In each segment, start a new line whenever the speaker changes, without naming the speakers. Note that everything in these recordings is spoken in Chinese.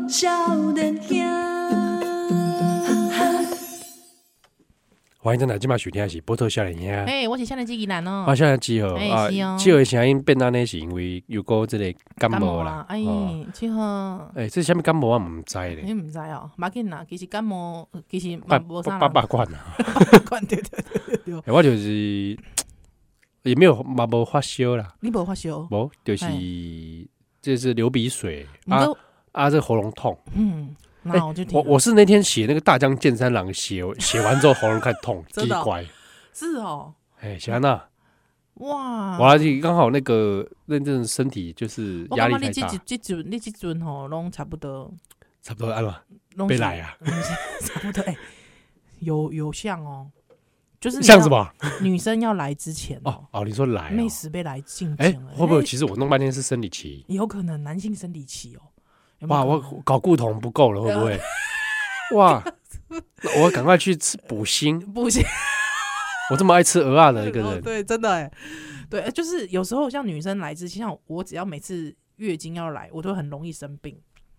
少年兄。
欢迎在哪？今晚收听的是波特少年兄。
哎，我是少年机器人哦。
少年机好啊，这个声音变安尼是因为有个这个感冒啦。
哎，这好。
哎，这什么感冒我唔知咧。
你唔知哦，马紧啦，其实感冒其实无啥。
八罐啊。
罐对。
我就是也没有嘛，无发烧啦。
你无发烧？
无，就是就是流鼻水这喉咙痛。
那我就
我是那天写那个大江健三郎写完之后喉咙开始痛，奇怪。
是哦。
哎，小安娜。
哇！
我刚好那阵身体就是压力太大。
你这阵吼拢差不多
安嘛，被来啊，
差不多有像哦，就是
像什么？
女生要来之前
哦，你说来
妹死被来进
会不会其实我弄半天是生理期？
有可能男性生理期哦。
哇，我睾固酮不够了，会不会？哇，我赶快去吃补锌。我这么爱吃鹅啊的一个人，
对，真的哎，对，就是有时候像女生来之前，像我只要每次月经要来，我都很容易生病。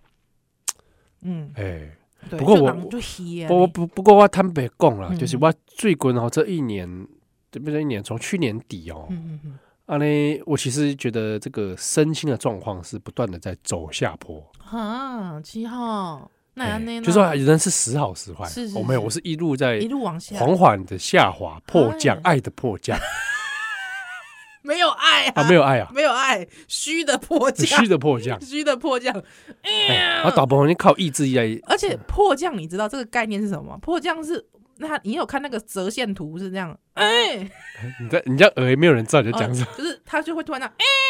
不过不过我坦白讲啦，就是我最近这一年，从去年底我其实觉得这个身心的状况是不断的在走下坡
啊，7号。
就说人是时好时坏，没有，我是一路
往下，
缓缓的下滑，迫降，爱的迫降，
没有爱啊，
没有爱啊，
没有爱，虚的迫降，
我大部分你靠意志力来，
而且迫降，你知道这个概念是什么吗？迫降是你有看那个折线图是这样，
你这样没有人知道你在讲什么，
就是他就会突然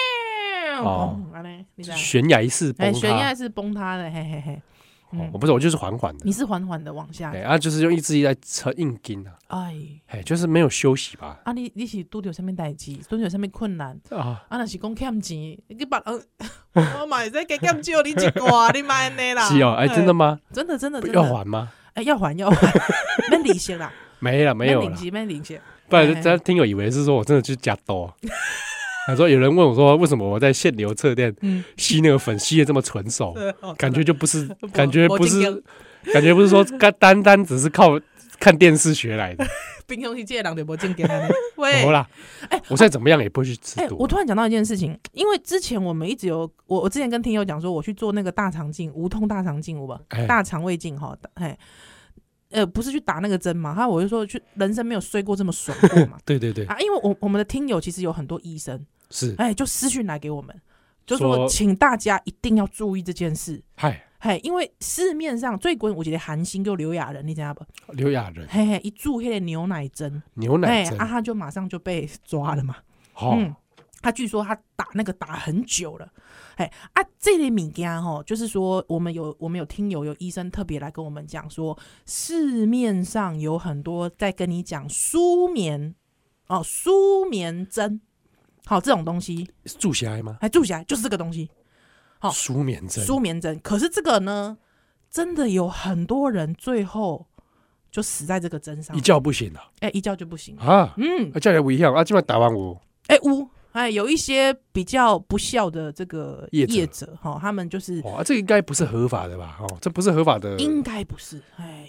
悬崖式崩塌，
悬崖式崩塌的，嘿嘿嘿。
我不是，我就是缓缓的。
你是缓缓的往下，
就是用意志力在撑硬筋啊。就是没有休息吧。
你是拄到什么代志？拄到什么困难若是讲欠钱，你别人我嘛会使加减借你一寡，你莫安尼啦。
是哦，真的吗？
真的
要还吗？
要还，免利息啦。
没有啦，
免利息。
不然这听友以为是说我真的去加多。他说有人问我说为什么我在限流测店吸那个粉吸的这么纯熟，感觉不是说单只是靠看电视学来的。
平常时这个人就没正经的。
好啦，我现在怎么样也不会去吃毒。
我突然讲到一件事情，因为之前我们一直有我之前跟听友讲说我去做那个大肠镜，无痛大肠镜大肠胃镜不是去打那个针嘛？我就说人生没有睡过这么爽过嘛。
对
因为我们的听友其实有很多医生，
是
就私讯来给我们，就说请大家一定要注意这件事。因为市面上最近我觉得韩星就刘亚仁，你知道不？
刘亚仁，
一注那个牛奶针，他就马上就被抓了嘛。他据说他打那个打很久了。这类物件就是说我们有听友有医生特别来跟我们讲说，市面上有很多在跟你讲舒眠针，这种东西
注起来吗？
注起来就是这个东西。
舒眠针，
可是这个呢，真的有很多人最后就死在这个针上，
一觉不醒了。
一觉就不行
啊。这样危险啊！今晚打完我。
有一些比较不孝的这个业者他们就是
这应该不是合法的吧？这不是合法的，
应该不是，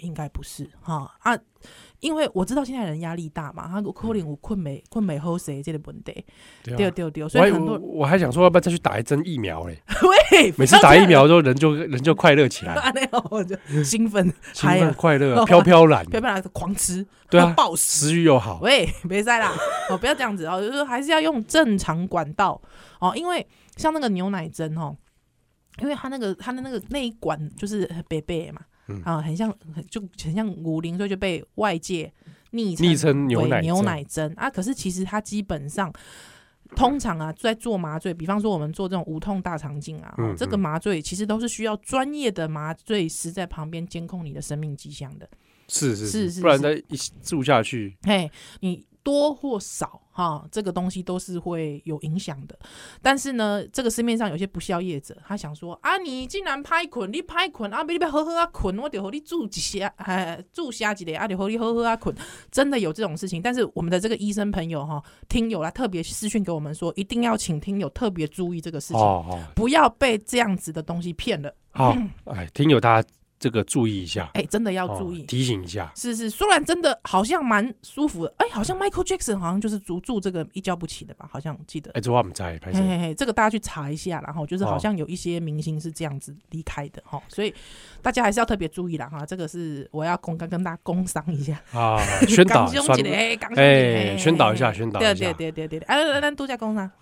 因为我知道现在人压力大嘛，他可能有困没好睡这个问题，对，所以很多
我还想说要不要再去打一针疫苗嘞？
喂，
每次打疫苗之后人就快乐起来，
我就兴奋
快乐，飘然
狂吃，
对啊，
暴食，
食欲又好。
喂，别再啦，不要这样子就是还是要用正常管道因为像那个牛奶针因为它的那个那一管就是白白嘛。很像武林，所以就被外界昵称牛奶针可是其实它基本上通常在做麻醉，比方说我们做这种无痛大肠镜这个麻醉其实都是需要专业的麻醉师在旁边监控你的生命迹象的。
是，不然再一注下去，
你多或少哈，这个东西都是会有影响的。但是呢，这个市面上有些不肖业者，他想说啊，你竟然歹困，你歹困啊，你要好好啊困，我就给你注下一个啊，就给你好好啊困。真的有这种事情，但是我们的这个医生朋友哈，听友啦特别私讯给我们说，一定要请听友特别注意这个事情，不要被这样子的东西骗了。
好，听友大家这个注意一下，
真的要注意，
提醒一下。
是，虽然真的好像蛮舒服的，好像 Michael Jackson 好像就是住这个一觉不起的吧，好像记得。
这我不知道，
这个大家去查一下，然后就是好像有一些明星是这样子离开的哈，所以大家还是要特别注意啦哈。这个是我要跟大家工商一下
啊，宣导，宣导一下，
对，咱都在工商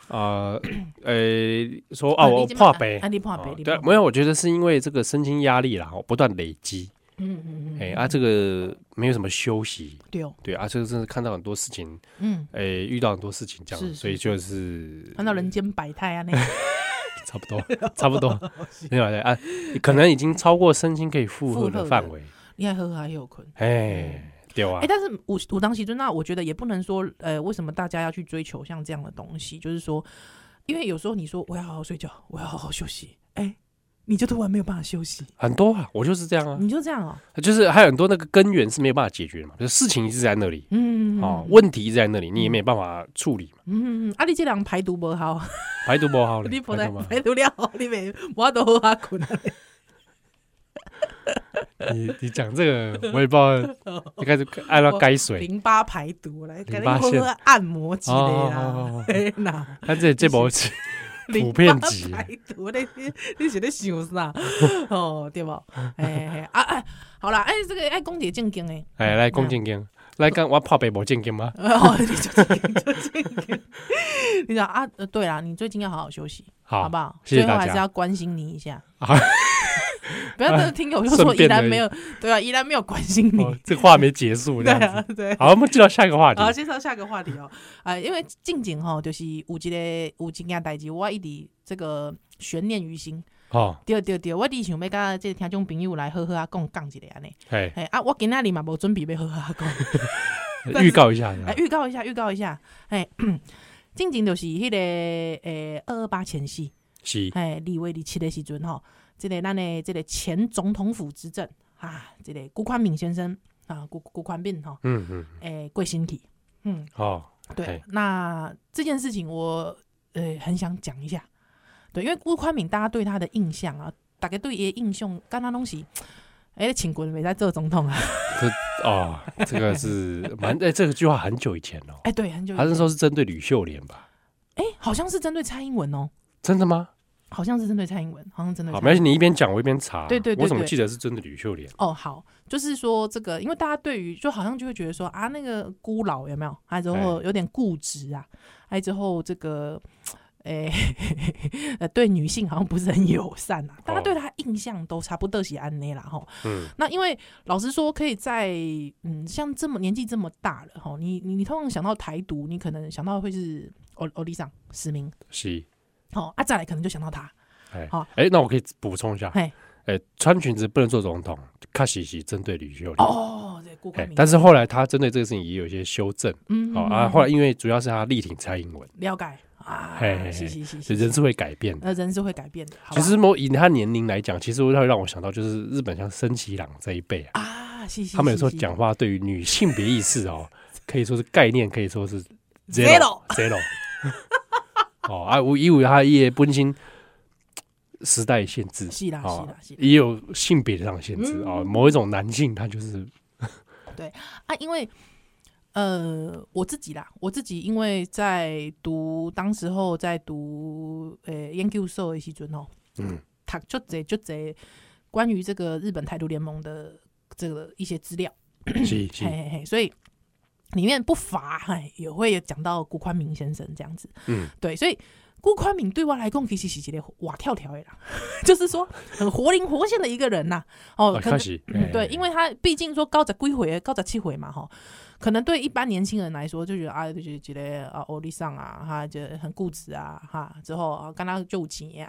说我破杯，
你破杯，
对，没有，我觉得是因为这个身心压力啦，不断累积。这个没有什么休息，对啊，这个真的看到很多事情，遇到很多事情这样，所以就是
看到人间百态啊，那
差不多，没有啊，可能已经超过身心可以负荷的范围，
你还喝还有困，
对啊，
但是我当时就那我觉得也不能说，为什么大家要去追求像这样的东西？就是说，因为有时候你说我要好好睡觉，我要好好休息，你就突然没有办法休息，
很多啊，我就是这样啊，
你就这样
就是还有很多那个根源是没有办法解决的嘛，就是事情一直在那里，问题一直在那里，你也没办法处理嘛，
你这人排毒不好，
排毒不好，
你排毒了，你没我都好好困。
你讲这个，我也不知道，一开始按照该水
08排毒来，给你喝按摩机的啦，
他这波普遍级
排毒，你是在想啥？对不？好啦，这个爱讲点正经的，
来讲正经，来讲我泡杯无正经吗？
你就正经，你讲啊，对啦，你最近要好好休息，好不好？
谢谢大家，
最后还是要关心你一下。不要听友就说依然没有，对啊，依然没有关心你，
这个话没结束，
对啊，对。
好，我们进到下一个话题。
好，介绍下个话题因为近景就是有一件代志，我一直这个悬念于心。对，我一直想要跟这听众朋友来好好啊讲一下安尼。我今仔日嘛无准备要好好啊讲。
预告一下，
近景就是迄个228前夕，
是
2月27的时阵这个咱的这个前总统府执政这个辜宽敏先生辜宽敏过身体，对，那这件事情我很想讲一下，对，因为辜宽敏大家对他的印象大家对他的印象刚刚东西，请滚没在做总统
这个是这个句话很久以前
对，很久以前，
他那时候是针对吕秀莲吧？
好像是针对蔡英文
真的吗？
好像是针对蔡英文，好像真的。
好，没关系，你一边讲我一边查。
对，
我怎么记得是针对吕秀莲？
好，就是说这个，因为大家对于就好像就会觉得说那个孤老有没有？还之后有点固执还之后这个，对女性好像不是很友善大家对他印象都差不多是安内啦那因为老实说，可以在像这么年纪这么大了你通常想到台独，你可能想到会是欧丽桑史明
是。
再来可能就想到他。
那我可以补充一下，穿裙子不能做总统，确实是针对吕秀莲但是后来他针对这个事情也有一些修正，后来因为主要是他力挺蔡英文，
了解是
人是会改变的，
人是会改变的。
其实以他年龄来讲，其实会让我想到就是日本像森崎朗这一辈他们有时候讲话对于女性别意识可以说是概念，可以说是 zero 因为他也本身时代限制，
是啦，
也有性别上的限制某一种男性他就是
对因为我自己因为在当时候在读研究所的时阵读就这关于这个日本台独联盟的这个一些资料，
是
所以里面不乏也会讲到辜宽敏先生这样子，对，所以辜宽敏对我来讲其实是一个活跳跳的啦，就是说很活灵活现的一个人呐。对，因为他毕竟说90几岁、97岁嘛，可能对一般年轻人来说就觉得就是一个欧丽桑他就很固执之后跟他就有钱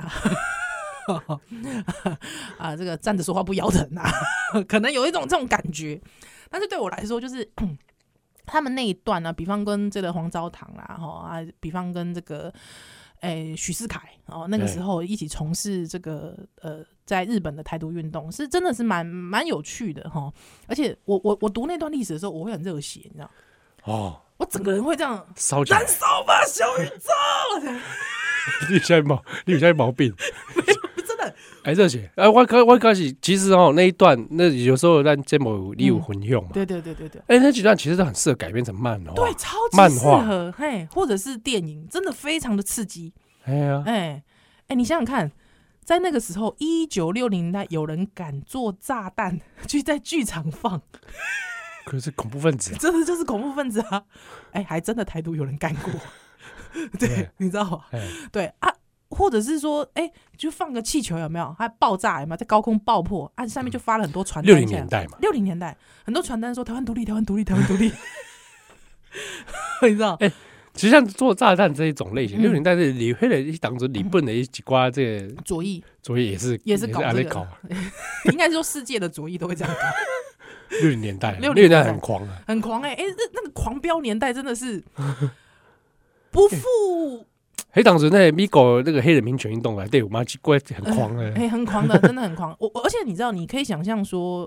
这个站着说话不腰疼可能有一种这种感觉。但是对我来说，就是他们那一段呢，比方跟这个黄昭堂啦，比方跟这个许世凯那个时候一起从事这个在日本的台独运动，是真的是蛮有趣的哈。而且我读那段历史的时候，我会很热血，你知道哦，我整个人会这样
烧起来，
燃烧吧，小宇宙！
你有些毛病。
真的，
热血！我开始其实那一段，那有时候咱节目你有分享嘛？
对。
那几段其实都很适合改编成漫画，
对，超级适合，或者是电影，真的非常的刺激。你想想看，在那个时候，1960年代有人敢做炸弹去在剧场放，
可是恐怖分子，
真的就是恐怖分子啊！还真的台独有人干过，对，你知道吗？对啊。或者是说，就放个气球有没有？它爆炸有没有？在高空爆破，上面就发了很多传单。60
年代嘛
，60年代很多传单说台湾独立，台湾独立，台湾独立。你知道？
其实像做炸弹这一种类型，60年代是李黑的当中日本的一挂这个
左翼
也是
搞这个，应该是说世界的左翼都会这样搞。
60年代很狂啊，
很狂那个狂飙年代真的是不负。
当时那美国那个黑人民权运动对我妈怪很狂
很狂的，真的很狂。而且你知道，你可以想象说，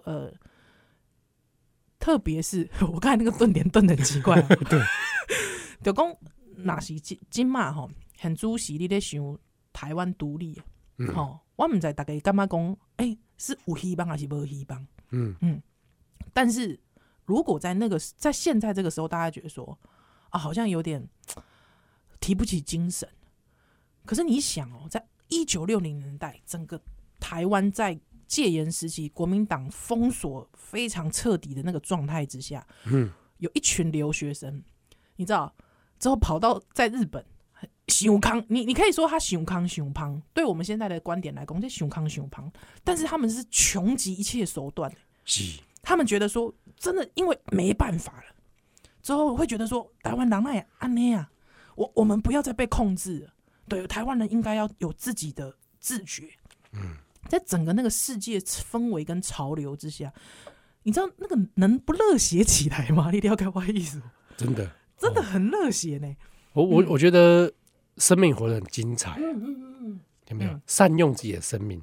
特别是我刚才那个顿点顿的很奇怪，
对，
就讲那是今嘛吼，很主席你在想台湾独立，我唔知大家干嘛讲，是有希望还是无希望？但是如果在现在这个时候，大家觉得说好像有点提不起精神。可是你想在1960年代，整个台湾在戒严时期，国民党封锁非常彻底的那个状态之下，有一群留学生，你知道，之后跑到在日本想康，你可以说他想康想胖，对我们现在的观点来讲，这想康想胖，但是他们是穷极一切手段，他们觉得说，真的因为没办法了，之后会觉得说，台湾人那也安内啊，我们不要再被控制了，对，台湾人应该要有自己的自觉。在整个那个世界氛围跟潮流之下，你知道那个能不热血起来吗？你了解我的意思吗？真的很热血呢。
我觉得生命活得很精彩，有没有善用自己的生命？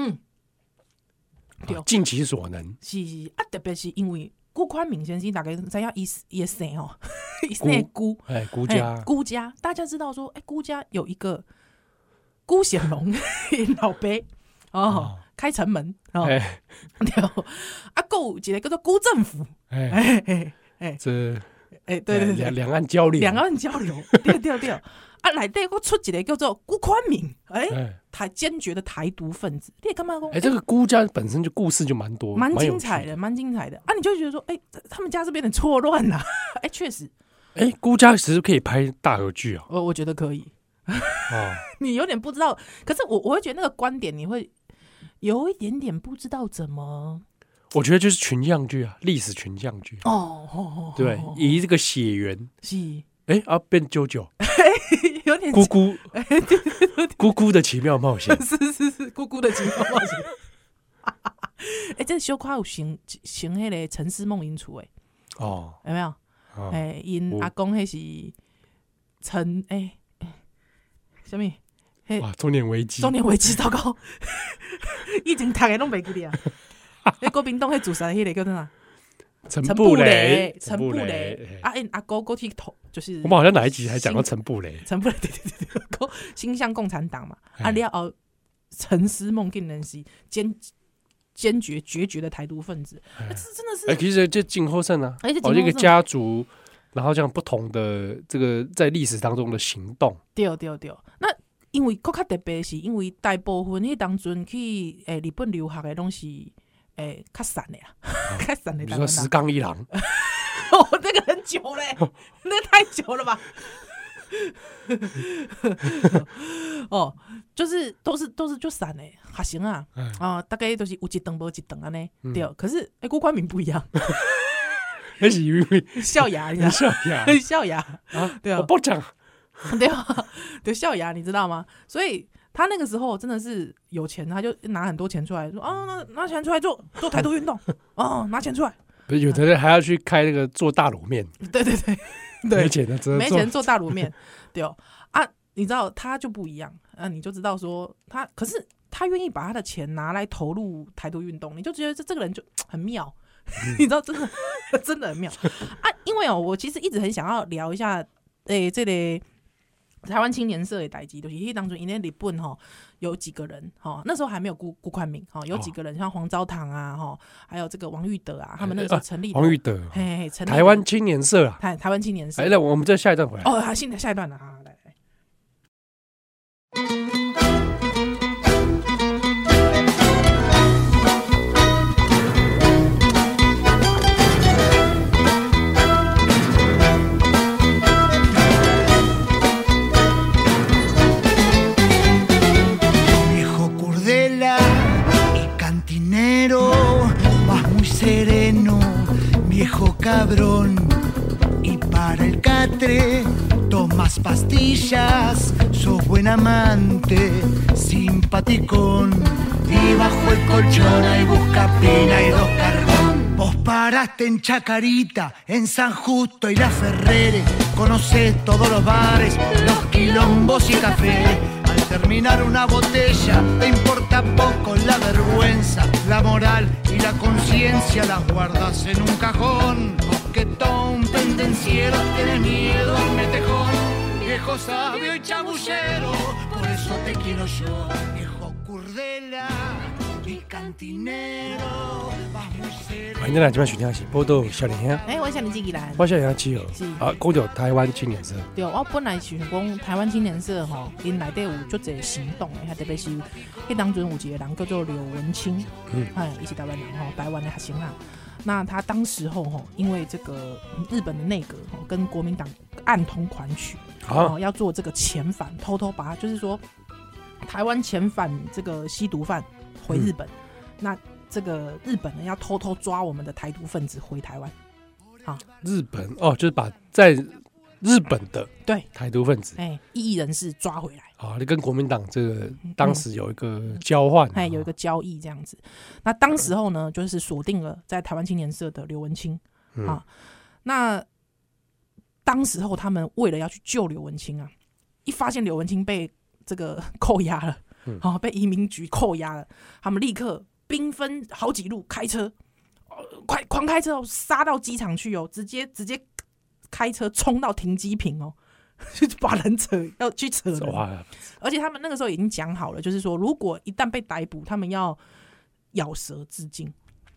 尽其所能。是啊，
特别是因为辜宽敏先生，大概知道伊姓哦，伊姓辜，辜家，大家知道说，辜家有一个辜显龙老爸开城门对，有一个叫做辜政府，
这
对，
两岸交流，
对。内底我出一个叫做辜宽敏，他坚决的台独分子，你也干嘛讲？
这个辜家本身就故事就蛮多，
蛮精彩的啊！你就会觉得说，他们家是不是有点错乱啊？确实，
辜家其实可以拍大合剧啊，
我觉得可以。你有点不知道，可是我会觉得那个观点你会有一点点不知道怎么。
我觉得就是群像剧啊，历史群像剧对，以这个血缘
是
变啾啾，
有点
姑姑的奇妙冒险，
是姑姑的奇妙冒险。这小可有成迄个陈思梦因厝有没有？因阿公迄是陈什么？
哇，中年危机，
糟糕！以前读的拢袂记得啊。国民党迄自杀迄个叫啥？陈布雷阿哥去投，就是
我们好像哪一集还讲到陈布雷，
对，心向共产党嘛。了陈思梦竟然是坚决决绝的台独分子，这真的是
其实就静候胜啊，这个家族。然后这样不同的这个在历史当中的行动，
对。那因为更加特别是因为大部分迄当阵去日本留学的拢是较散的较散的。
比如说石冈一郎，
那个很久嘞，那太久了吧？就是都是就散的学生啊，大概都是有一顿无一顿安尼，对。可是辜宽敏不一样。
那是因为
校牙，你知道校牙啊？对啊，
我不讲，
对啊，对校牙，你知道吗？所以他那个时候真的是有钱，他就拿很多钱出来说拿钱出来做台独运动拿钱出来
不是有的人还要去开那个做大卤面，
对对对对，
没钱的，
没钱做大卤面，对哦啊，你知道他就不一样，你就知道说他，可是他愿意把他的钱拿来投入台独运动，你就觉得这个人就很妙，你知道真的真的很妙啊！因为我其实一直很想要聊一下，这个台湾青年社的代志，就是迄当中因为日本有几个人那时候还没有辜宽敏有几个人像黄昭堂啊还有这个王玉德啊，他们那个时候成立的
王玉德，
成立
台湾青年社啊，
台湾青年社。
那我们再下一段回来
哦，下一段了啊，来。
Viejo cabrón, y para el catre tomas pastillas, sos buen amante, simpaticón, y bajo el colchón hay busca pina y 2 carbón. Vos paraste en Chacarita, en San Justo y La Ferrere, conocés todos los bares, los quilombos y cafés. Al terminar una botella te importa poco la vergüenza, la moral y la conciencia las guardas en un cajón. Mosquetón, pendenciero, tenés miedo al metejón, viejo sabio y chabullero, por eso te quiero yo, viejo curdela y cantinero, vas muy sereno。
欢迎来这边收听的是报道少年兄，
我是少年纪纪兰，
我少年兄7号，啊，讲到台湾青年社。
对，我本来是想讲台湾青年社因内底有足侪行动的，特别是迄当阵有一个人叫做刘文清，伊是台湾人台湾的学生啊。那他当时候因为这个日本的内阁跟国民党暗通款曲，要做这个遣返，偷偷把他就是说台湾遣返这个吸毒犯回日本，那这个日本人要偷偷抓我们的台独分子回台湾。
日本就是把在日本的
对
台独分子
异议人士抓回来。
你跟国民党这个当时有一个交换，
有一个交易这样子。那当时候呢，就是锁定了在台湾青年社的刘文清那当时候他们为了要去救刘文清一发现刘文清被这个扣押了，被移民局扣押了，他们立刻兵分好几路开车，狂开车杀到机场去直接开车冲到停机坪就把人要去扯人，而且他们那个时候已经讲好了，就是说如果一旦被逮捕，他们要咬舌自尽。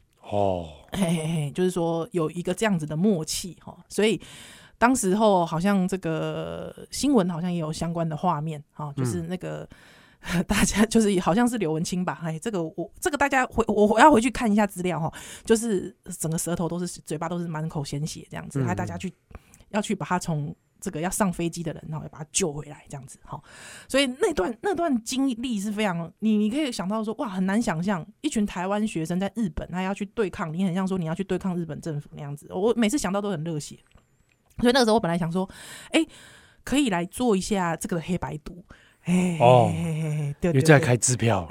就是说有一个这样子的默契所以当时候好像这个新闻好像也有相关的画面就是那个大家就是好像是刘文清吧，这个大家我要回去看一下资料就是整个舌头都是嘴巴都是满口鲜血这样子，大家要去把他从这个要上飞机的人要把他救回来这样子所以那段经历是非常你可以想到说哇，很难想象一群台湾学生在日本他要去对抗，你很像说你要去对抗日本政府那样子，我每次想到都很热血。所以那个时候我本来想说可以来做一下这个黑白读
对，又在开支票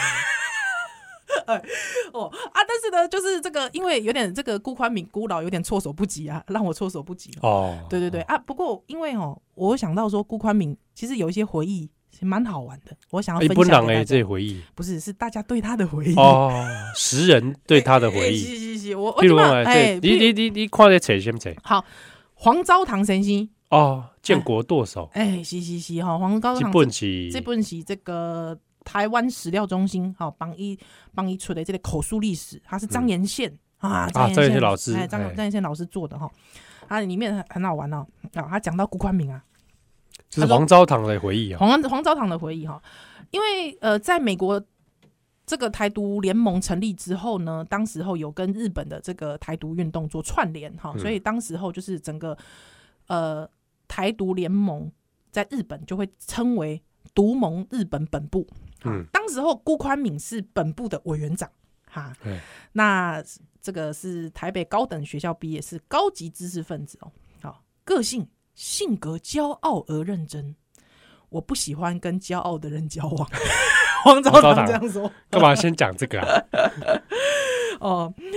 但是呢，就是这个，因为有点这个辜宽敏辜老有点措手不及让我措手不及对对对不过因为我想到说辜宽敏其实有一些回忆蛮好玩的，我想要分享给大家。
这些回忆
不是大家对他的回忆
时人对他的回忆。
是，我
譬如你看这册先册。
好，黄昭堂先生
建国舵手。
是黄昭堂这本是这个台湾史料中心帮伊出的这个口述历史，他是张延宪张延宪老师张延宪老师做的它里面很好玩他讲到辜宽敏
就是黄昭堂的回忆
黄昭堂的回忆因为在美国这个台独联盟成立之后呢，当时候有跟日本的这个台独运动做串联所以当时候就是整个台独联盟在日本就会称为独盟日本本部。当时候辜宽敏是本部的委员长那这个是台北高等学校毕业，是高级知识分子个性格骄傲而认真，我不喜欢跟骄傲的人交往。黄昭堂这样说，
干嘛先讲这个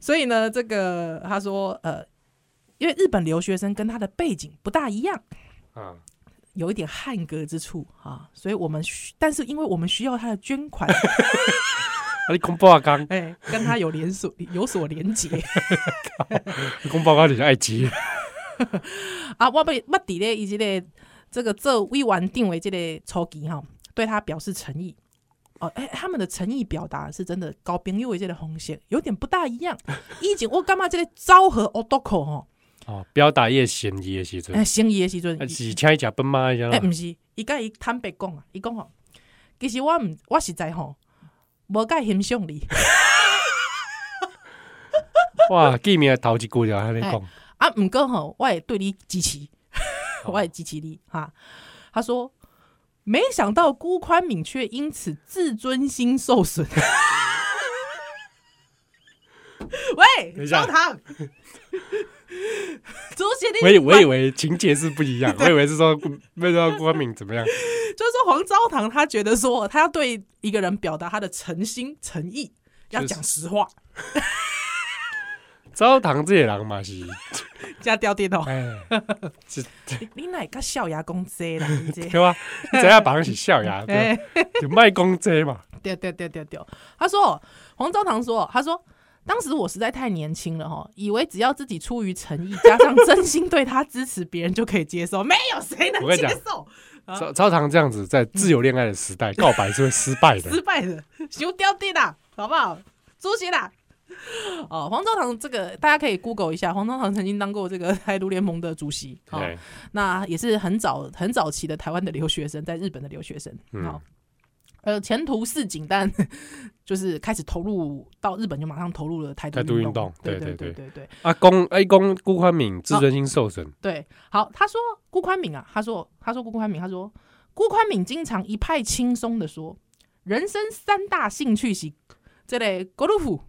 所以呢，这个他说因为日本留学生跟他的背景不大一样啊，有一点汉格之处啊，所以但是因为我们需要他的捐款。
你讲报告，
跟他有所连结。
你讲报告你就爱急
啊！我伫咧伊这个做委员定为这个初期哈，对他表示诚意。他们的诚意表达是真的交朋友的这个方式有点不大一样。以前我感觉这个昭和男吼，
表达伊诚意的时阵，
诚意的时阵
是请伊食饭吗？
不是，伊甲伊坦白讲啊，伊讲吼，其实我实在吼。无介欣赏你，
哇！见面头一句就安尼讲
啊，毋过吼，我会对你支持，我会支持你哈。他说，没想到辜宽敏却因此自尊心受损。喂，焦糖，
我以为情节是不一样，我以为是说不知道辜宽敏怎么样。
就是说黄昭堂他觉得说他要对一个人表达他的诚心诚意，要讲实话。
昭堂这个人嘛是
加掉电哦，你哪个笑牙公这啦？
对啊，这样绑是笑牙，就卖公这嘛。
对。他说黄昭堂说，他说当时我实在太年轻了哈，以为只要自己出于诚意，加上真心对他支持，别人就可以接受。没有谁能接受。
昭堂这样子，在自由恋爱的时代，告白是会失败的，
修掉地啦，好不好？朱熹啦，黄昭堂这个大家可以 Google 一下，黄昭堂曾经当过这个台独联盟的主席，那也是很早期的台湾的留学生，在日本的留学生，前途似锦，但就是开始投入到日本，就马上投入了台独运动。对。
讲辜宽敏自尊心受损。
对，好，他说辜宽敏啊，他说辜宽敏经常一派轻松的说，人生3大兴趣是这类高尔夫，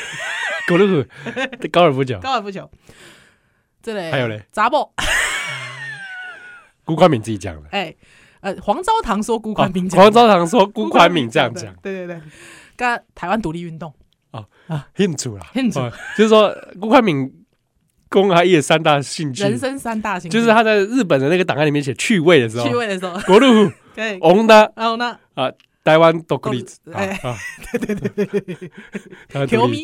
高尔夫球，
这类
还有嘞
杂报。
辜宽敏自己讲的。
黄昭堂说辜宽敏讲，
黄昭堂说辜宽敏这样讲，
对，跟台湾独立运动
兴趣啦，就是说辜宽敏公他一3大兴趣，
人生3大兴趣，
就是他在日本的那个档案里面写趣味的时候，国路
对，
红的
啊，
台湾独立，
对，球迷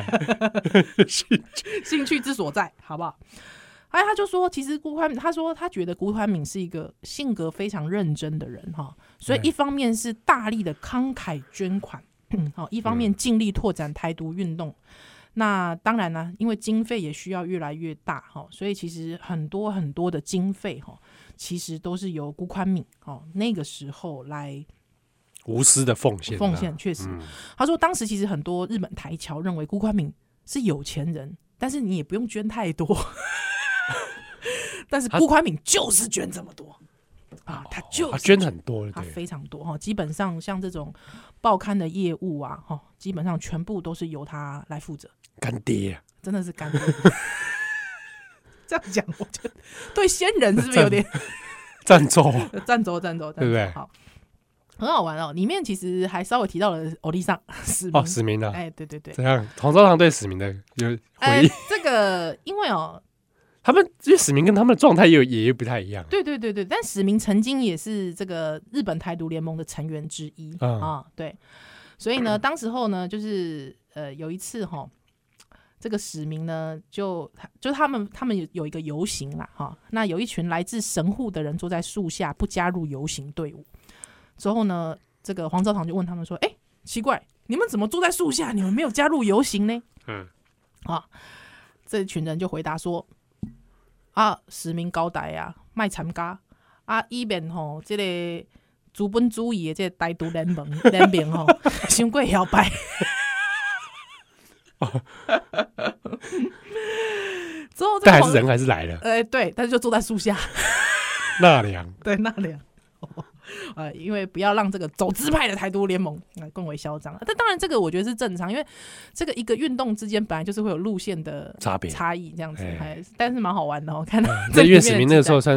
兴趣之所在，好不好？他就说，其实辜宽敏，他说他觉得辜宽敏是一个性格非常认真的人哈，所以一方面是大力的慷慨捐款，一方面尽力拓展台独运动。那当然呢，因为经费也需要越来越大哈，所以其实很多的经费哈，其实都是由辜宽敏那个时候来
无私的奉献，
确实。他说当时其实很多日本台侨认为辜宽敏是有钱人，但是你也不用捐太多。但是辜宽敏就是捐这么多他就是
捐很多，
他非常多基本上像这种报刊的业务啊基本上全部都是由他来负责。
干爹
真的是干爹。这样讲，我觉得对先人是不是有点
赞助，
对不对？好，很好玩哦。里面其实还稍微提到了欧弟上
史明啊，
对，
怎样？黄昭堂对史明的有回忆？
这个因为
他们因为史明跟他们的状态也不太一样。
对，但史明曾经也是这个日本台独联盟的成员之一对，所以呢，当时候呢，就是有一次这个史明呢，就他们有一个游行啦那有一群来自神户的人坐在树下，不加入游行队伍。之后呢，这个黄昭堂就问他们说：“奇怪，你们怎么坐在树下？你们没有加入游行呢？”这群人就回答说。史明交代莫参加以免这个资本主义的这个台独联盟伤过摇摆。之后
但还是人还是来了。
对，但是就坐在树下。
纳凉。
对，纳凉。因为不要让这个走资派的台独联盟更为嚣张。但当然这个我觉得是正常，因为这个一个运动之间本来就是会有路线的差异这样子，但是蛮好玩的看到
因为史明那个时候算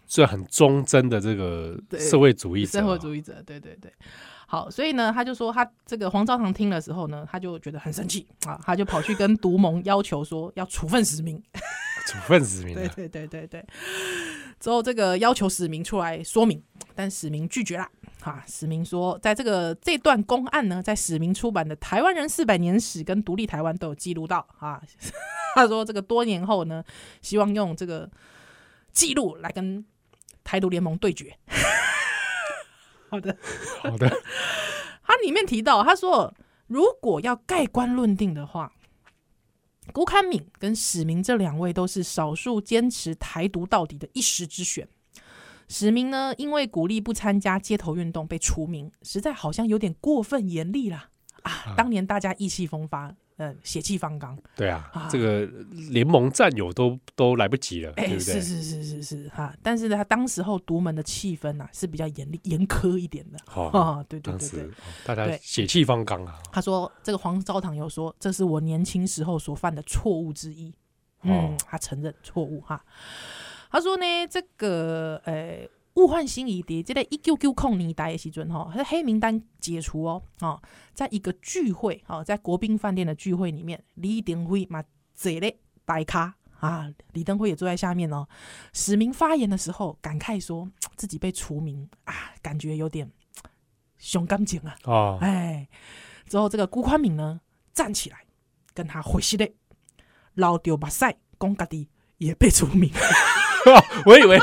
虽然很忠贞的这个社会主义者，
社会主义者，对对对。好，所以呢，他就说他这个黄昭堂听的时候呢，他就觉得很生气啊，他就跑去跟独盟要求说要处分史明，
处分史明，
对对对对对。之后这个要求史明出来说明，但史明拒绝啦。史明说，在这段公案呢，在史明出版的《台湾人400年史》跟《独立台湾》都有记录到啊。他说这个多年后呢，希望用这个记录来跟台独联盟对决。好的，
好的。
他里面提到，他说，如果要盖棺论定的话，辜堪敏跟史明这2位都是少数坚持台独到底的一时之选。史明呢，因为鼓励不参加街头运动被除名，实在好像有点过分严厉啦。当年大家意气风发，血气方刚。对啊，
这个联盟战友都来不及了，对不对？
是但是他当时候独门的气氛是比较严苛一点的。对对对对，
大家血气方刚啊。
他说这个黄昭堂有说，这是我年轻时候所犯的错误之一。他承认错误哈。他说呢，这个物换星移在这个1990年代的时候，黑名单解除哦，在一个聚会在国宾饭店的聚会里面，李登辉嘛坐咧台卡啊，李登辉也坐在下面哦。史明发言的时候感慨说自己被除名感觉有点伤感情啊。之后这个辜宽敏呢站起来跟他回息咧，流着目屎讲家己也被除名。
我以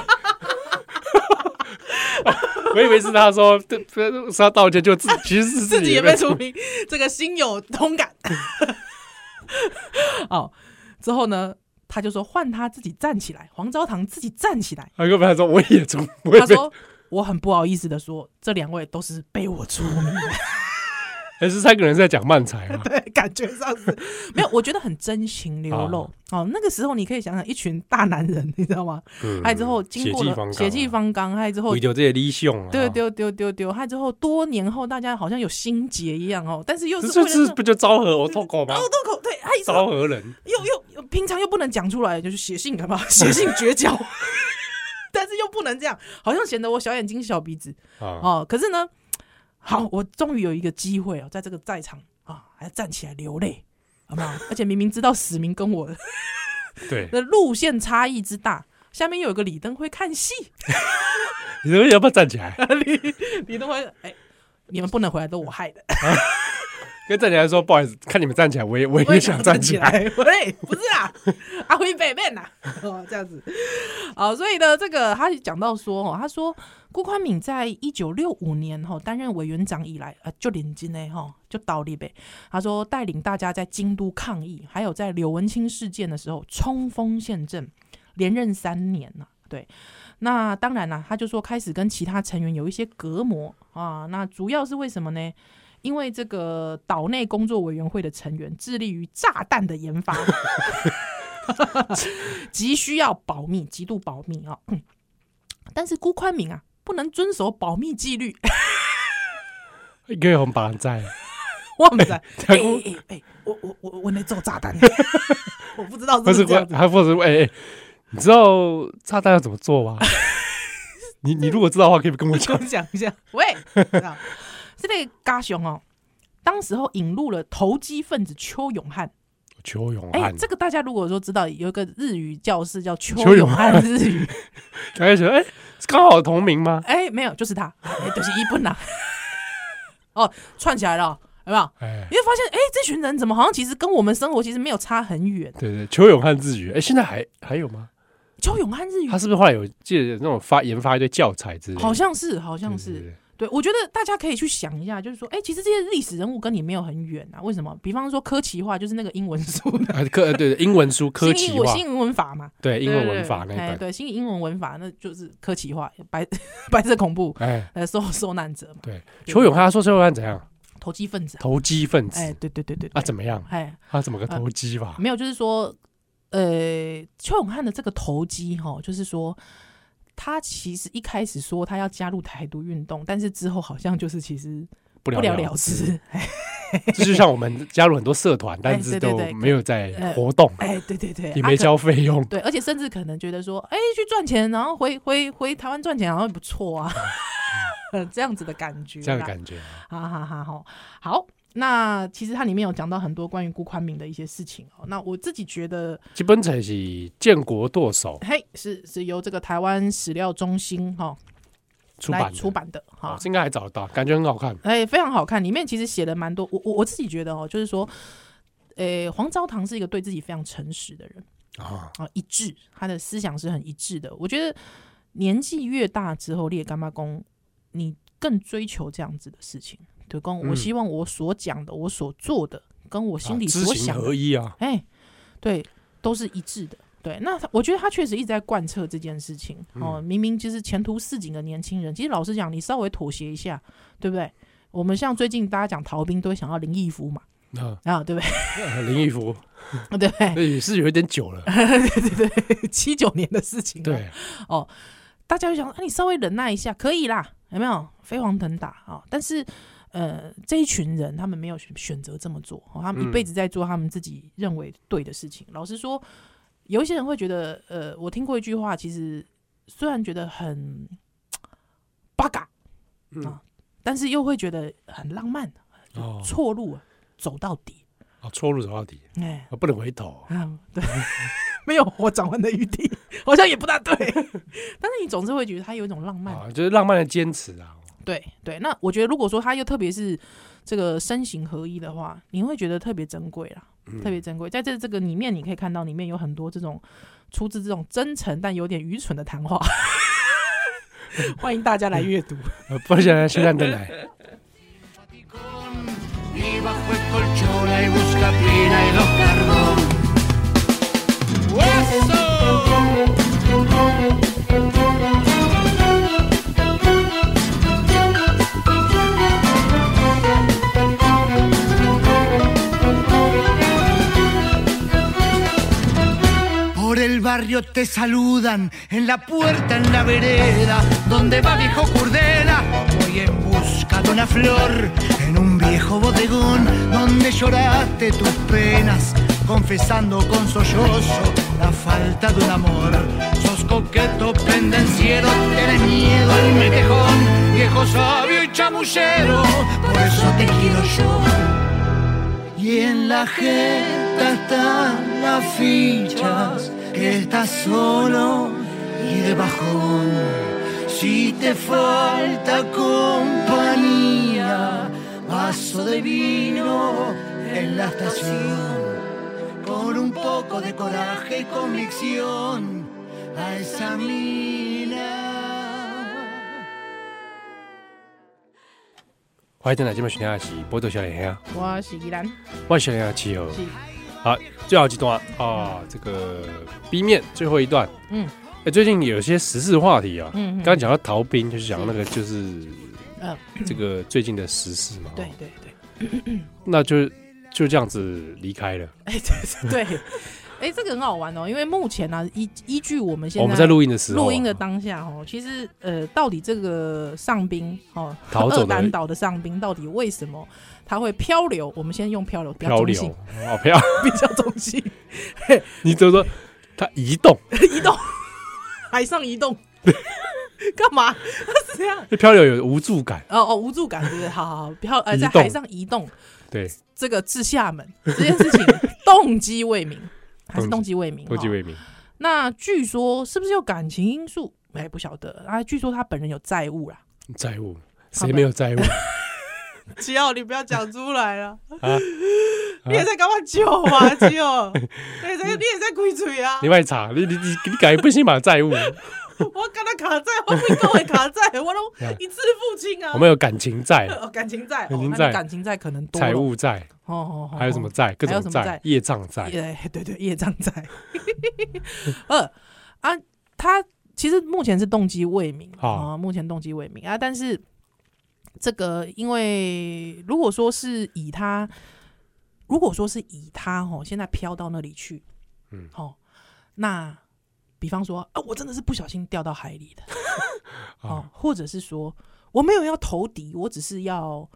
为是他说是他道歉，就其实是
自己也被除名，这个心有同感。之后呢，他就说换他自己站起来，黄昭堂自己站起来。
他说我也除，
他说我很不好意思的说，这2位都是被我除名的。
还是3个人在讲漫才吗？
对，感觉上是没有，我觉得很真情流露。那个时候你可以想想，一群大男人，你知道吗？还之后经过了血气方刚，还之后
为了这些理想，
对，还之后多年后，大家好像有心结一样但是又是
这不就昭和我脱口吗？
脱口对，
昭和人
又平常又不能讲出来，就是写信干嘛？写信绝交，但是又不能这样，好像显得我小眼睛小鼻子可是呢。好，我终于有一个机会在这个在场还站起来流泪，好不好？而且明明知道史明跟我
对
的路线差异之大，下面有个李登辉看戏，
李登辉要不要站起来？
李登辉，你们不能回来，都我害的。
跟站起来说不好意思，看你们站起来，我也想站起来。
喂，不是啊，阿辉北面呐，这样子。好，所以呢，这个他讲到说他说辜宽敏在1965年担任委员长以来就领军就倒立呗。他说带领大家在京都抗议，还有在柳文清事件的时候冲锋陷阵，连任3年对，那当然他就说开始跟其他成员有一些隔膜那主要是为什么呢？因为这个岛内工作委员会的成员致力于炸弹的研发，急需要保密，极度保密但是辜宽敏不能遵守保密纪律，
应该有把人在，
我不在。我在做炸弹，我不知道是这样子。
还不是你知道炸弹要怎么做吗？你如果知道的话，可以跟我讲
一下。喂。这个家雄当时候引入了投机分子邱永汉。这个大家如果说知道有一个日语教室叫邱永汉日语，
大家觉得刚好同名吗？
没有，就是他，就是一本串起来了，有没有？你会发现这群人怎么好像其实跟我们生活其实没有差很远。
对，邱永汉日语，现在还有吗？
邱永汉日语，
他是不是后来有记得那种研发一堆教材之类的？好像
是。对，我觉得大家可以去想一下，就是说，其实这些历史人物跟你没有很远为什么？比方说科奇化，就是那个英文书的
对，英文书科奇化，
新英文法嘛，
对，英文文法那一本，
对，新英文文法那就是科奇化，白色恐怖，受难者嘛。对，
邱永汉说邱永汉怎样？
投机分子，
对，怎么样？他怎么个投机法？
没有，就是说，邱永汉的这个投机就是说。他其实一开始说他要加入台独运动，但是之后好像就是其实
不了了之。
这
就像我们加入很多社团，但是都没有在活动，
对，
也没交费用，
对，而且甚至可能觉得说，去赚钱，然后回台湾赚钱好像不错啊，这样子的感觉，
这样的感觉，
好。那其实它里面有讲到很多关于辜宽敏的一些事情哦。那我自己觉得，
这本册是建国舵手，
是由这个台湾史料中心出版的哈，
应该还找得到，感觉很好看，
非常好看。里面其实写了蛮多，我自己觉得就是说，黄昭堂是一个对自己非常诚实的人一致，他的思想是很一致的。我觉得年纪越大之后，你也干嘛讲，你更追求这样子的事情。对，我希望我所讲的、我所做的，跟我心里所想的，
知行合一啊！
对，都是一致的。对，那我觉得他确实一直在贯彻这件事情明明就是前途似锦的年轻人，其实老实讲，你稍微妥协一下，对不对？我们像最近大家讲逃兵，都会想要林毅夫嘛，对不对？
林毅夫，
对，
是有一点久了，
对，79年的事情，
对，
大家就想，你稍微忍耐一下，可以啦，有没有？飞黄腾达但是。这一群人他们没有选择这么做，他们一辈子在做他们自己认为对的事情。老实说，有一些人会觉得，我听过一句话，其实虽然觉得很八嘎但是又会觉得很浪漫，错路走到底，
错路走到底，不能回头，
对，没有我转弯的余地，好像也不大对，但是你总是会觉得他有一种浪漫，
就是浪漫的坚持啊。
对，那我觉得如果说他又特别是这个身形合一的话，你会觉得特别珍贵啦，特别珍贵。在这个里面，你可以看到里面有很多这种出自这种真诚但有点愚蠢的谈话，欢迎大家来阅读。
不想现在来。
Barrio te saludan en la puerta, en la vereda, donde va viejo Curdela. Voy en busca de una flor en un viejo bodegón, donde lloraste tus penas, confesando con sollozo la falta de un amor. Sos coqueto, pendenciero, tenés miedo al metejón, viejo sabio y chamullero, por eso te quiero yo. Y en la jeta están las fichas, que estás solo y de bajón. Si te falta compañía, vaso de vino en la estación, con un poco de coraje y convicción a esa mina。
欢迎进来，今晚收听的是《波多小脸兄》，
我是依兰，
我是小脸兄7号。好，最后几段这个 B 面最後一段，最近有些时事话题刚刚讲到逃兵，就是讲那个就是这个最近的时事嘛，
对，
那就这样子离开了，
对。这个很好玩因为目前依据我们现在
在录音的时候，
录音的当下其实到底这个上兵
逃走的
二胆岛的上兵到底为什么他会漂流？我们先用漂流比较中性，比较中性。
你就说他移动，
海上移动，干嘛？是这样？
漂流有无助感
无助感，对不对？好，在海上移动，
对
这个至厦门这件事情动机未明。还是动机未明，那据说是不是有感情因素？不晓得据说他本人有债务啦。
债务？谁没有债务
7号，你不要讲出来了你也在干嘛救啊7号？你也在鬼嘴啊！
你别查，你改不行把债务。
我跟他卡债，我不跟我卡债，我都一次付清啊。
我们有感情债，
感情债，感情债可能多，
财务债，还有什么债？各种债，业障债，
对，业障债。他其实目前是动机未明目前动机未明但是这个因为如果说是以他现在飘到那里去，那。比方说我真的是不小心掉到海里的或者是说我没有要投敌，我只是要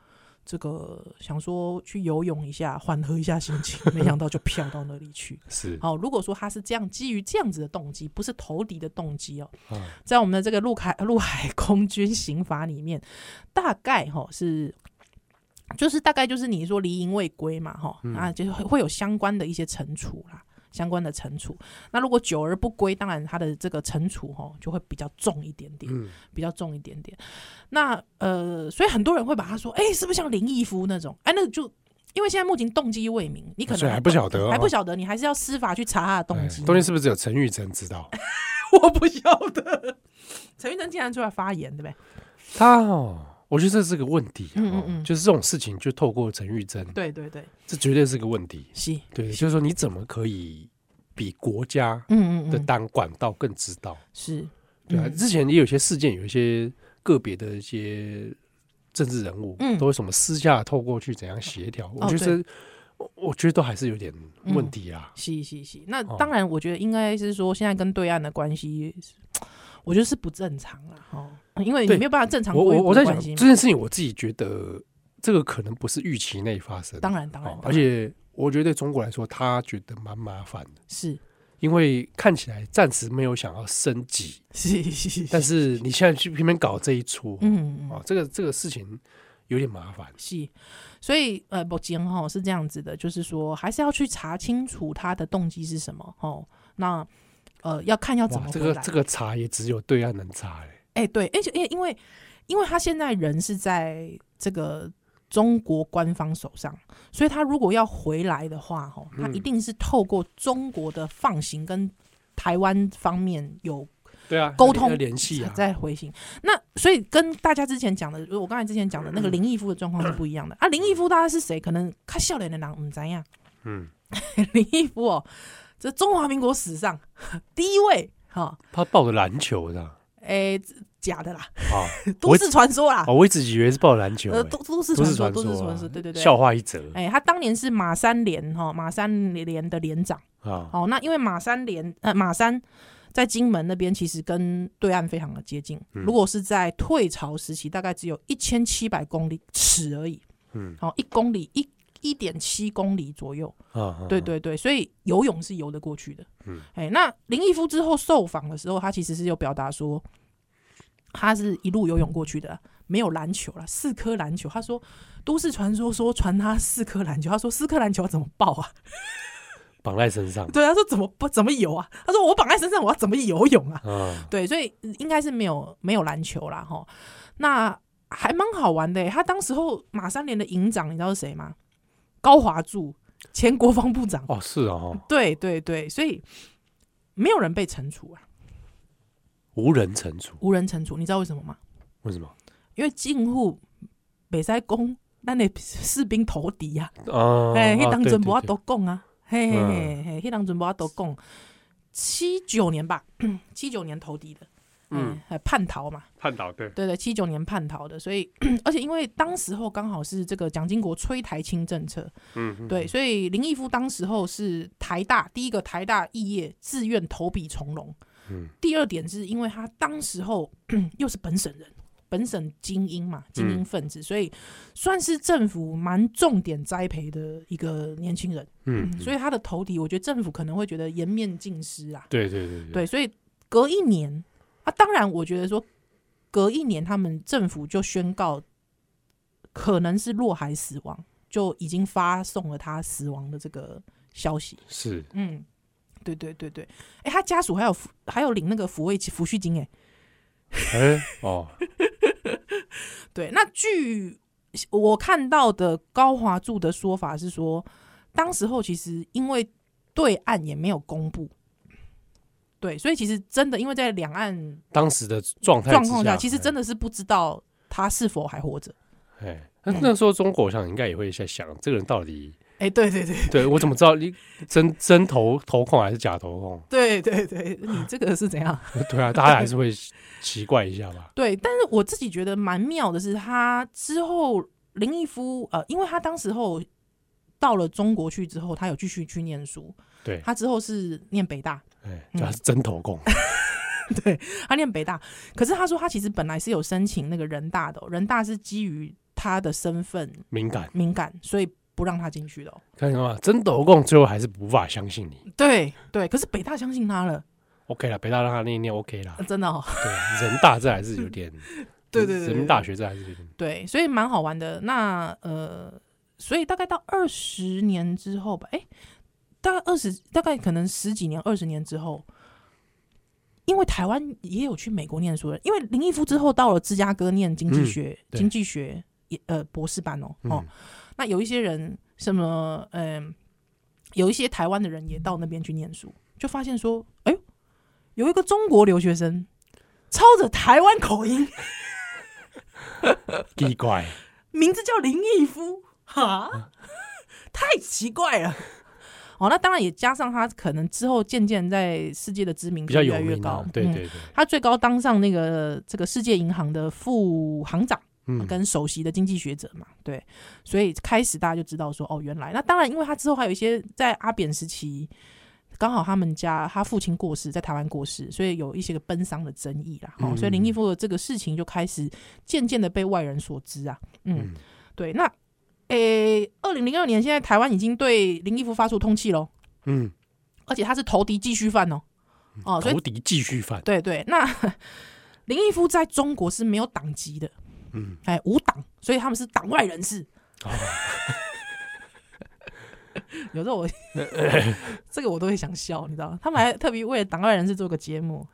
这个想说去游泳一下，缓和一下心情，没想到就飘到那里去。
是，
好，如果说他是这样基于这样子的动机，不是投敌的动机哦，在我们的这个陆海空军刑法里面，大概就是大概就是你说离营未归嘛，啊，就会有相关的一些惩处啦。相关的惩处，那如果久而不归，当然他的这个惩处就会比较重一点点，比较重一点点。那所以很多人会把他说，是不是像林毅夫那种？那个就因为现在目前动机未明，你可能
还不晓得，
还不晓得，你还是要司法去查他的动机。
动机是不是只有陈玉珍知道？
我不晓得。陈玉珍竟然出来发言，对不对？
他我觉得这是个问题，就是这种事情就透过陈玉珍，
对对对，
这绝对是个问题，
是，
对，就是说你怎么可以比国家的管道更知道？是，对啊，之前也有些事件，有一些个别的一些政治人物，都会什么私下透过去怎样协调，我觉得都还是有点问题啦。是，
那当然，我觉得应该是说现在跟对岸的关系，我觉得是不正常啦，因为你没有办法正常归属的关系。
我在想这件事情，我自己觉得这个可能不是预期内发生，
当然，
而且我觉得对中国来说，他觉得蛮麻烦的，
是
因为看起来暂时没有想要升级，
是，
但是你现在去偏偏搞这一出，这个事情有点麻烦，
是，所以目前是这样子的，就是说还是要去查清楚他的动机是什么那要看要怎么回来。
这个查也只有对岸能查
对，而且因为他现在人是在这个中国官方手上，所以他如果要回来的话，他一定是透过中国的放行跟台湾方面有沟通
联系
再回行。那所以跟大家之前讲的，我刚才之前讲的那个林毅夫的状况是不一样的林毅夫大概是谁？可能看少年的人不知道。林毅夫这中华民国史上第一位
他抱着篮球的。
假的啦，都市传说啦。
我一直以为是抱篮球，
都市传说，对，
笑话一则。
他当年是马三连的连长那因为马三在金门那边其实跟对岸非常的接近，如果是在退潮时期，大概只有1700公里尺而已，1公里1.7公里左右，对，所以游泳是游得过去的。那林毅夫之后受访的时候，他其实是有表达说，他是一路游泳过去的，没有篮球啦，4颗篮球。他说都市传说说传他4颗篮球，他说4颗篮球要怎么抱啊？
绑在身上。
对，他说怎么游啊？他说我绑在身上，我要怎么游泳啊？对，所以应该是没有篮球啦那还蛮好玩的他当时候马三连的营长，你知道是谁吗？高华柱，前国防部长。
是
对，所以没有人被惩处啊，
无人惩处，
你知道为什么吗？
为什么？
因为近户不可以说咱的士兵投敌啊，那当阵没办法讲啊，那当阵没办法讲，79年吧，79年投敌的。叛逃嘛，对，79年叛逃的，所以而且因为当时候刚好是这个蒋经国催台青政策，对，所以林毅夫当时候是第一个台大肄业自愿投笔从戎，第二点是因为他当时候又是本省人，本省精英嘛，精英分子，所以算是政府蛮重点栽培的一个年轻人，所以他的投敌，我觉得政府可能会觉得颜面尽失啊，对，所以隔一年。当然我觉得说隔一年他们政府就宣告可能是落海死亡，就已经发送了他死亡的这个消息。
是，
对，他家属还有领那个抚恤金对，那据我看到的高华柱的说法是说，当时候其实因为对岸也没有公布。对，所以其实真的，因为在两岸
当时的状况下，
其实真的是不知道他是否还活着。
那时候中国上应该也会在想，这个人到底
对，
我怎么知道你真投控还是假投控？
对，你这个是怎样？
对啊，大家还是会奇怪一下吧。
对，但是我自己觉得蛮妙的是，他之后林毅夫因为他当时候到了中国去之后，他有继续去念书。
对，
他之后是念北大。
他是真投共
对，他念北大，可是他说他其实本来是有申请那个人大的人大是基于他的身份
敏感，
所以不让他进去的。
看到吗？真斗共最后还是无法相信你。
对，可是北大相信他了。
OK 啦，北大让他念一念 OK 啦，
真的哦。
对啊，人大这还是有点，对，人民大学这还是有点，
对，所以蛮好玩的。那所以大概到20年之后吧，大概可能10几年、20年之后，因为台湾也有去美国念书的，因为林毅夫之后到了芝加哥念经济学，博士班哦。那有一些人什么，有一些台湾的人也到那边去念书，就发现说，哎呦，有一个中国留学生操着台湾口音，
奇怪，
名字叫林毅夫，哈，太奇怪了。那当然也加上他可能之后渐渐在世界的知名度越来越高，
对，
他最高当上这个世界银行的副行长。跟首席的经济学者嘛，对，所以开始大家就知道说，原来那当然，因为他之后还有一些在阿扁时期，刚好他父亲过世，在台湾过世，所以有一些个奔丧的争议啦，所以林毅夫的这个事情就开始渐渐的被外人所知啊，对，那2002年，现在台湾已经对林毅夫发出通缉咯，而且他是投敌继续犯所以
投敌继续犯，
对，那林毅夫在中国是没有党籍的。无党，所以他们是党外人士。有时候我这个我都会想笑，你知道吗？他们还特别为了党外人士做个节目，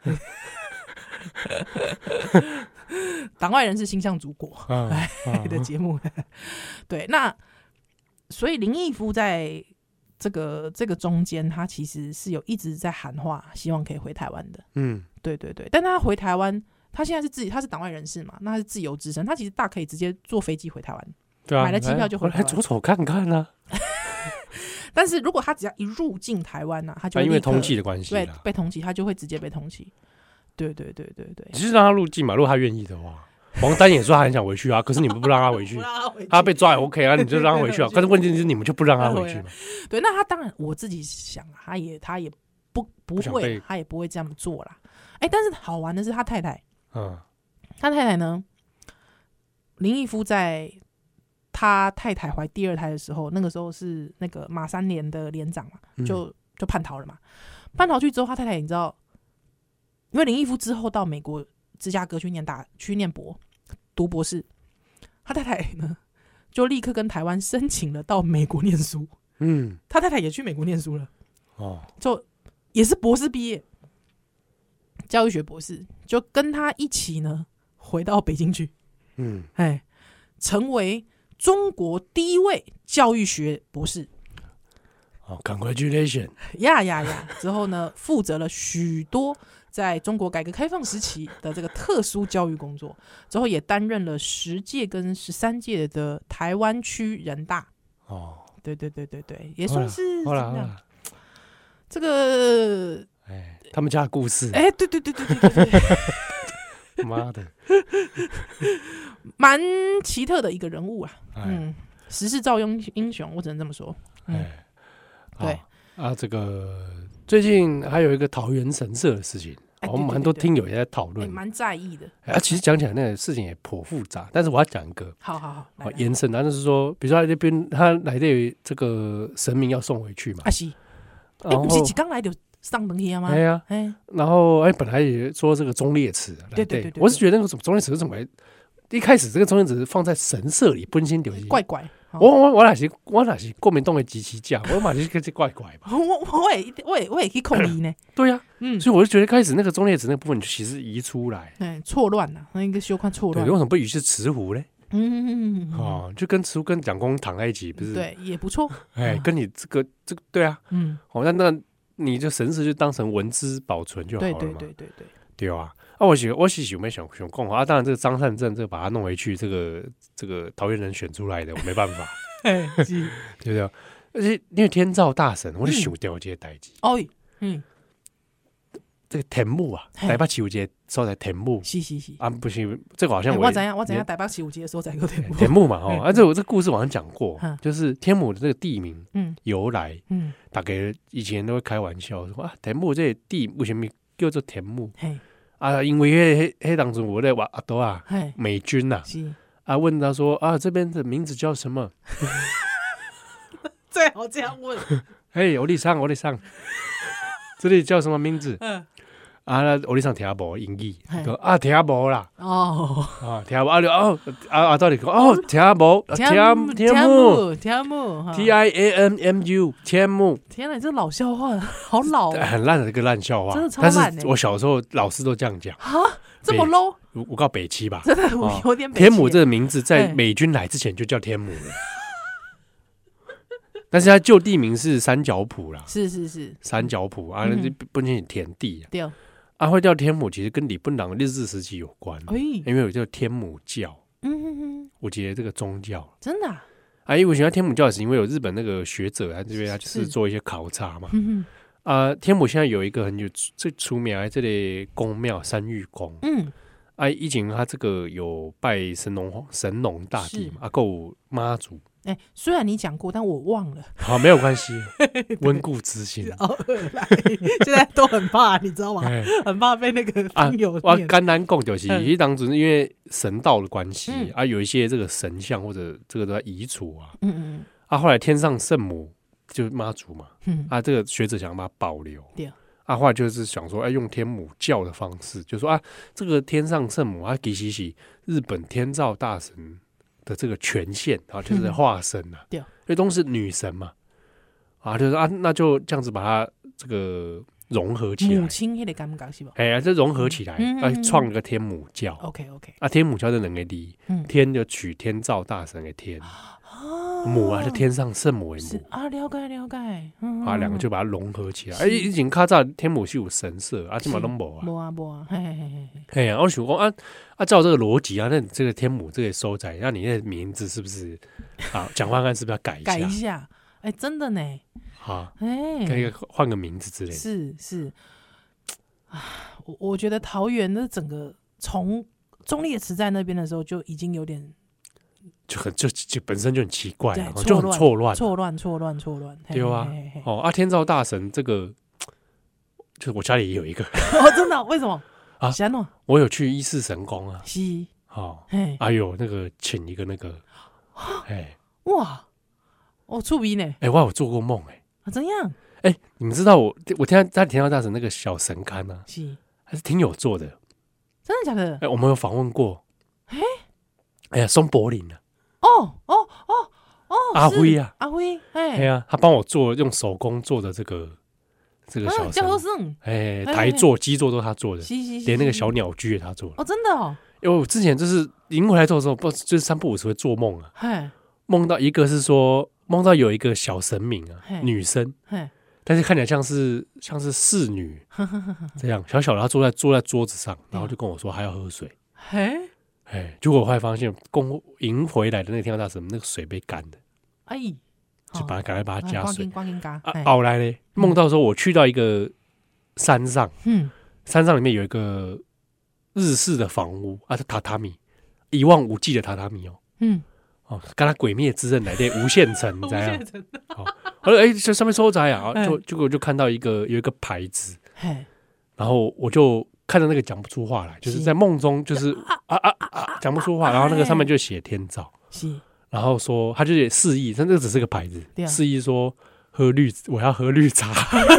党外人士心向祖国的节目。对，那所以林毅夫在这个中间，他其实是有一直在喊话，希望可以回台湾的。对，但他回台湾。他现在是他是党外人士嘛，那他是自由之身，他其实大可以直接坐飞机回台湾，
对啊，
买了机票就回台湾，
来走走看看啊。
但是如果他只要一入境台湾他就
因为通缉的关系，
对，被通缉，他就会直接被通缉。对，
只是让他入境嘛，如果他愿意的话。王丹也说他很想回去啊，可是你们不让他回去，他被抓也 OK 啊，你就让他回去啊。可是问题是你们就不让他回去嘛。
对，那他当然我自己想，他也不会，他也不会这样做啦。但是好玩的是他太太。他太太呢？林毅夫在他太太怀第2胎的时候，那个时候是那个马3连的连长嘛，就叛逃了嘛。叛逃去之后，他太太你知道，因为林毅夫之后到美国芝加哥去读博士，他太太呢就立刻跟台湾申请了到美国念书。他太太也去美国念书了。就也是博士毕业。教育学博士就跟他一起呢回到北京去，成为中国第1位教育学博士。
Congratulations！
呀！之后呢，负责了许多在中国改革开放时期的这个特殊教育工作，之后也担任了10届跟13届的台湾区人大。对，也算是这个。
他们家的故事，
对，
妈的，
蛮奇特的一个人物啊，时势造英雄，我只能这么说。对
啊，这个最近还有一个桃园神社的事情，我们蛮多听友也在讨论，
蛮在意的。
其实讲起来那个事情也颇复杂，但是我要讲一个，
好，
延伸，就是说，比如说他那边他来的这个神明要送回去嘛，
是，不是几刚来的。上登去吗？
然后本来也说这个忠烈祠，
对，
我是觉得那个忠烈祠怎么一开始这个忠烈祠放在神社里，本身就是
怪怪。
我哪是国民党的机器架，我马上就怪怪嘛。
我也可以控议呢。
对呀，所以我就觉得开始那个忠烈祠那部分其实移出来，
错乱了，那个修看错乱。
对，为什么不移去慈湖呢？就跟慈湖跟蒋公躺在一起，不是？
对，也不错。
跟你这个对啊，那。你就神社就当成文资保存就好了嘛。对啊。我是想讲啊，当然这个张善政这个把他弄回去，这个桃园人选出来的，我没办法，对不对？而且因为天照大神，我就想掉这些代志。这个田木啊，台北市有一个所在田木，
是
不是这个好像
我知道台北市有一个所在叫
田木嘛，这故事我好像讲过，就是天母的这个地名由来，大概以前都会开玩笑说田木这个地为什么叫做田木？因为迄当初我咧阿多美军呐， 啊，问他说啊，这边的名字叫什么？
最好这样问。
嘿，我里上，这里叫什么名字？啊，我里上听无英语，讲啊听无啦。哦，啊听无啊就啊到底讲哦听无，天母 TIAMMU 天母。
天哪，这老笑话，好老，
很烂的这个烂笑话，
真的超烂。
但是我小时候老师都这样讲
啊，这么 low。
我告北七吧，
真的有点北七。
天母这个名字在美军来之前就叫天母了。但是它旧地名是三角埔啦，
是
三角埔啊，不仅田地
对
啊，会叫天母，其实跟李本朗日治时期有关，因为有叫天母教，我觉得这个宗教
真的
因为我喜欢天母教，是因为有日本那个学者他这边他就是做一些考察嘛，天母现在有一个最出名的这里宫庙三玉宫，以前他这个有拜神农大帝嘛，够妈祖。
虽然你讲过，但我忘了。
好，没有关系，温故知新。
现在都很怕，你知道吗？很怕被那个朋友
我简单讲就是，其实当初因为神道的关系有一些这个神像或者这个都在移除后来天上圣母就是妈祖嘛，这个学者想把它保留。后来就是想说，用天母教的方式，就说这个天上圣母其实是日本天照大神的这个权限就是化身因为都是女神嘛，就是那就这样子把它这个融合起来，
母亲那个感觉是吧？
这融合起来，创一个天母教。
OK，
天母教的两个字，天就取天照大神的天，母就天上圣母的母
了解，
两个就把它融合起来。以前较早天母是有神社现在都没我想说照这个逻辑那这个天母这个收窄，那你那名字是不是讲话看是不是要改一下？
真的呢，
可以换个名字之类的。
是我觉得桃园的整个从忠烈祠在那边的时候就已经有点
就本身就很奇怪，就很错乱，对天照大神这个，就是我家里也有一个
真的？为什么
我有去一世神宫
是
有那个请一个那个
哇触鼻呢
我有做过梦
怎样
你们知道我听他天照大神那个小神龛还是挺有做的，
真的假的？
我们有访问过松柏林阿辉他帮我做用手工做的这个小神台座基座都是他做的，连那个小鸟居也他做的
真的
因为我之前就是迎回来做的时候，就是三不五时会做梦梦到一个是说梦到有一个小神明女生但是看起来像是侍女这样小小的，她坐在桌子上，然后就跟我说还要喝水结果我后来发现迎回来的那个天照大神那个水被干的就赶快把它加水后来呢梦到说我去到一个山上山上里面有一个日式的房屋是榻榻米一望无际的榻榻米跟他鬼灭之刃来的无限城这样这上面收窄结果就看到有一个牌子然后我就看到那个讲不出话来，就是在梦中就是讲不出话，然后那个上面就写天照然后说他就示意，但这个只是个牌子示意说我要喝绿茶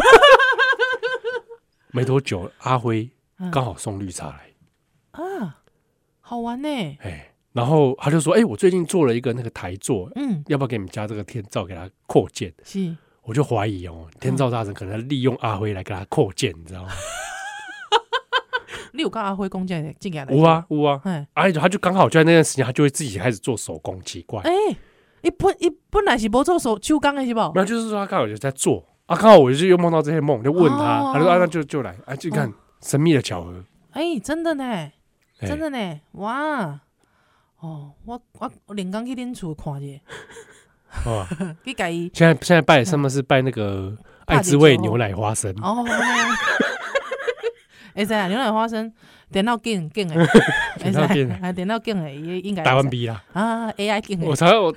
没多久阿辉刚好送绿茶来
好玩呢
然后他就说我最近做了一个那个台座要不要给你们家这个天照给他扩建我就怀疑天照大神可能利用阿辉来给他扩建你知道吗
你有跟阿辉公进进来？
有啊，他就刚好就在那段时间，他就会自己开始做手工，奇怪。
一本来是不做手工的是不？
没有，就是说他刚好有在做刚好我就又梦到这些梦，就问他，他说那就来就看神秘的巧合。
真的呢，真的呢，哇！我连刚去恁厝看一下，去改。
现在拜什么是拜那个爱之味牛奶花生
会使牛奶花生电脑镜的，会使电脑镜的，应该
台湾 B 啦
AI 镜的，
我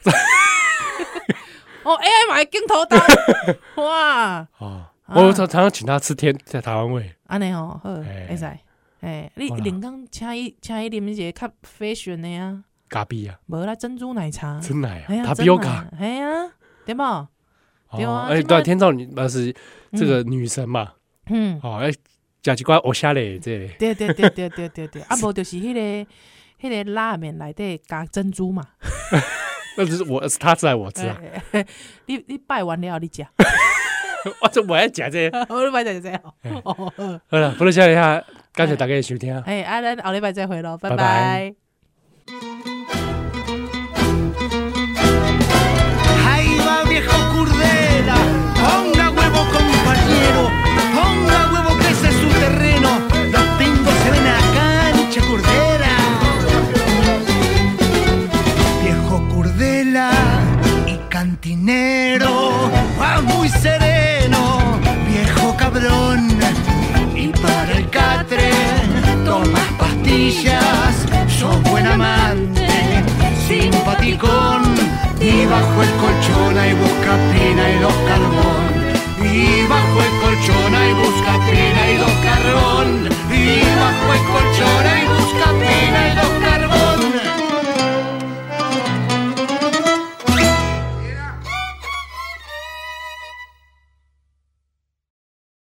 AI 买镜头大哇！
我常常请他吃在台湾味，
安尼好，会使你连刚请伊啉一个较 fashion 的
咖啡啊，
无啦，珍珠奶茶，
真奶啊，
哎呀
塔比欧卡，
哎呀，对吧？对啊，
对，天照你那是这个女神嘛，要加一罐欧夏嘞，这
对，啊，无就是迄个拉面内底加珍珠嘛。
那是他知我知啊。
你拜完了你食，
我这我爱食这，
我拜食这。
好了，不如下一下，感谢大家的收听。
咱后礼拜再会咯，拜
拜
拜。
Ahí va viejo Curdela, ponga huevo compañero, ponga huevo que ese es su terreno, los pingos se ven acá, cancha Curdela. Viejo Curdela y cantinero, va muy sereno, viejo cabrón, y para el catre tomas pastillas, sos buen amante, simpaticón. Y bajo el colchón hay busca pina y dos carbón. Y bajo el colchón hay busca pina y dos carbón. Y bajo